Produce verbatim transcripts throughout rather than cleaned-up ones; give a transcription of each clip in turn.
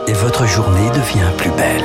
et votre journée devient plus belle.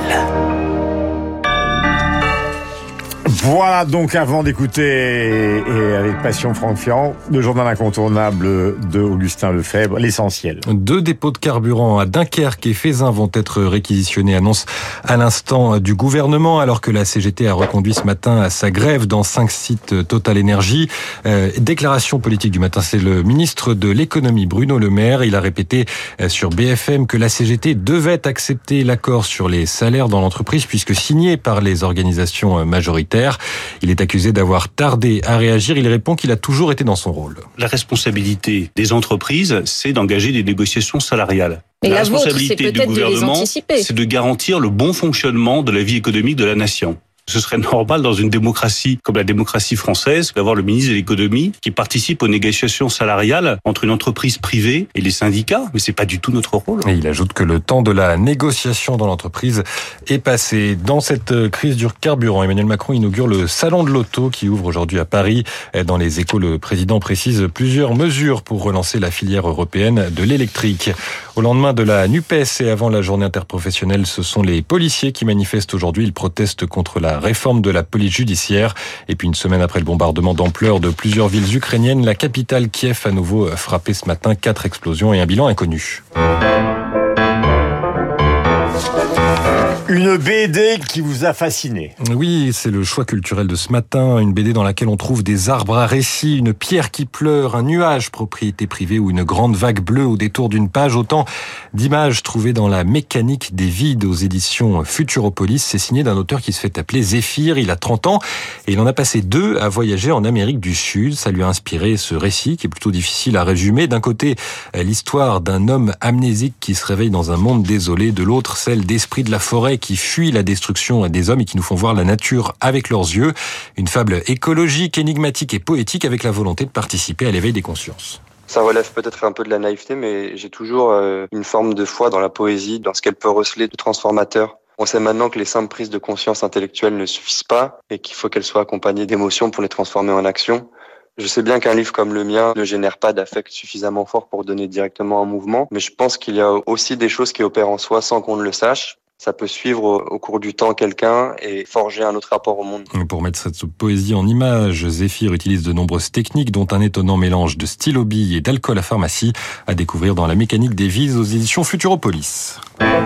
Voilà donc, avant d'écouter, et avec passion Franck Ferrand, le journal incontournable de Augustin Lefebvre, l'essentiel. Deux dépôts de carburant à Dunkerque et Fézin vont être réquisitionnés, annonce à l'instant du gouvernement, alors que la C G T a reconduit ce matin à sa grève dans cinq sites Total Énergie. Euh, déclaration politique du matin, c'est le ministre de l'économie Bruno Le Maire. Il a répété sur B F M que la C G T devait accepter l'accord sur les salaires dans l'entreprise puisque signé par les organisations majoritaires. Il est accusé d'avoir tardé à réagir. Il répond qu'il a toujours été dans son rôle. La responsabilité des entreprises, c'est d'engager des négociations salariales. Et la, la responsabilité vôtre, c'est du gouvernement, c'est de garantir le bon fonctionnement de la vie économique de la nation. Ce serait normal dans une démocratie comme la démocratie française d'avoir le ministre de l'économie qui participe aux négociations salariales entre une entreprise privée et les syndicats, mais c'est pas du tout notre rôle. Et il ajoute que le temps de la négociation dans l'entreprise est passé. Dans cette crise du carburant, Emmanuel Macron inaugure le salon de l'auto qui ouvre aujourd'hui à Paris. Dans les Échos, le président précise plusieurs mesures pour relancer la filière européenne de l'électrique. Au lendemain de la NUPES et avant la journée interprofessionnelle, ce sont les policiers qui manifestent aujourd'hui. Ils protestent contre la réforme de la police judiciaire. Et puis une semaine après le bombardement d'ampleur de plusieurs villes ukrainiennes, la capitale Kiev à nouveau frappée ce matin. Quatre explosions et un bilan inconnu. Une B D qui vous a fasciné. Oui, c'est le choix culturel de ce matin. Une B D dans laquelle on trouve des arbres à récits, une pierre qui pleure, un nuage propriété privée ou une grande vague bleue au détour d'une page. Autant d'images trouvées dans la mécanique des vides aux éditions Futuropolis. C'est signé d'un auteur qui se fait appeler Zéphyr. Il a trente ans et il en a passé deux à voyager en Amérique du Sud. Ça lui a inspiré ce récit qui est plutôt difficile à résumer. D'un côté, l'histoire d'un homme amnésique qui se réveille dans un monde désolé. De l'autre, celle d'esprits de la forêt qui fuient la destruction des hommes et qui nous font voir la nature avec leurs yeux. Une fable écologique, énigmatique et poétique avec la volonté de participer à l'éveil des consciences. Ça relève peut-être un peu de la naïveté, mais j'ai toujours euh, une forme de foi dans la poésie, dans ce qu'elle peut receler de transformateur. On sait maintenant que les simples prises de conscience intellectuelle ne suffisent pas et qu'il faut qu'elles soient accompagnées d'émotions pour les transformer en action. Je sais bien qu'un livre comme le mien ne génère pas d'affect suffisamment fort pour donner directement un mouvement, mais je pense qu'il y a aussi des choses qui opèrent en soi sans qu'on ne le sache. Ça peut suivre au cours du temps quelqu'un et forger un autre rapport au monde. Pour mettre cette poésie en images, Zéphyr utilise de nombreuses techniques, dont un étonnant mélange de stylo bille et d'alcool à pharmacie, à découvrir dans La mécanique des vies aux éditions Futuropolis.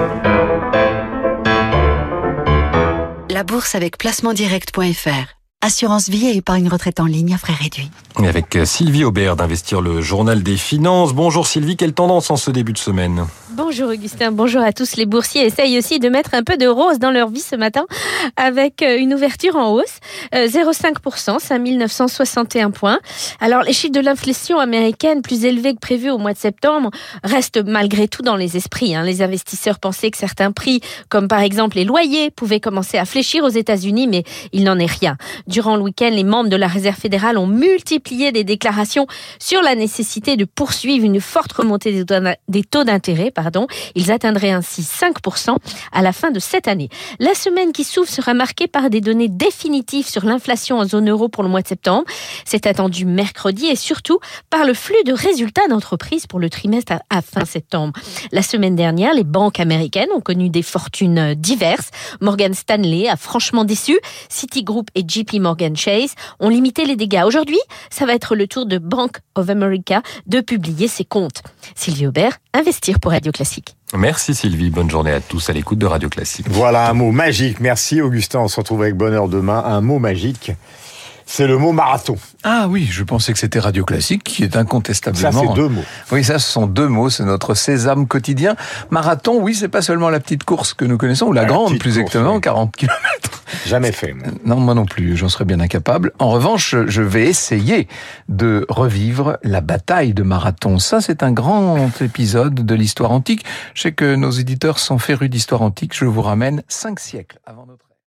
La bourse avec placement direct point f r. Assurance vie et épargne retraite en ligne à frais réduits. Et avec Sylvie Aubert d'Investir le Journal des Finances. Bonjour Sylvie, quelle tendance en ce début de semaine ? Bonjour Augustin, bonjour à tous. Les boursiers essayent aussi de mettre un peu de rose dans leur vie ce matin avec une ouverture en hausse, zéro virgule cinq pour cent, cinq mille neuf cent soixante et un points. Alors les chiffres de l'inflation américaine plus élevés que prévu au mois de septembre restent malgré tout dans les esprits. Hein. Les investisseurs pensaient que certains prix, comme par exemple les loyers, pouvaient commencer à fléchir aux États-Unis, mais il n'en est rien. Durant le week-end, les membres de la Réserve fédérale ont multiplié des déclarations sur la nécessité de poursuivre une forte remontée des taux d'intérêt. Pardon. Ils atteindraient ainsi cinq pour cent à la fin de cette année. La semaine qui s'ouvre sera marquée par des données définitives sur l'inflation en zone euro pour le mois de septembre. C'est attendu mercredi et surtout par le flux de résultats d'entreprises pour le trimestre à fin septembre. La semaine dernière, les banques américaines ont connu des fortunes diverses. Morgan Stanley a franchement déçu. Citigroup et J P Morgan Chase ont limité les dégâts. Aujourd'hui, ça va être le tour de Bank of America de publier ses comptes. Sylvie Aubert, Investir pour Radio Classique. Merci Sylvie, bonne journée à tous à l'écoute de Radio Classique. Voilà un mot magique, merci Augustin, on se retrouve avec bonheur demain. Un mot magique, c'est le mot marathon. Ah oui, je pensais que c'était Radio Classique, qui est incontestablement... Ça, c'est deux mots. Oui, ça, ce sont deux mots, c'est notre sésame quotidien. Marathon, oui, c'est pas seulement la petite course que nous connaissons, ou la, la grande, plus exactement, oui. quarante kilomètres. Jamais fait. Moi. Non, moi non plus, j'en serais bien incapable. En revanche, je vais essayer de revivre la bataille de Marathon. Ça, c'est un grand épisode de l'histoire antique. Je sais que nos éditeurs sont férus d'histoire antique, je vous ramène cinq siècles avant notre...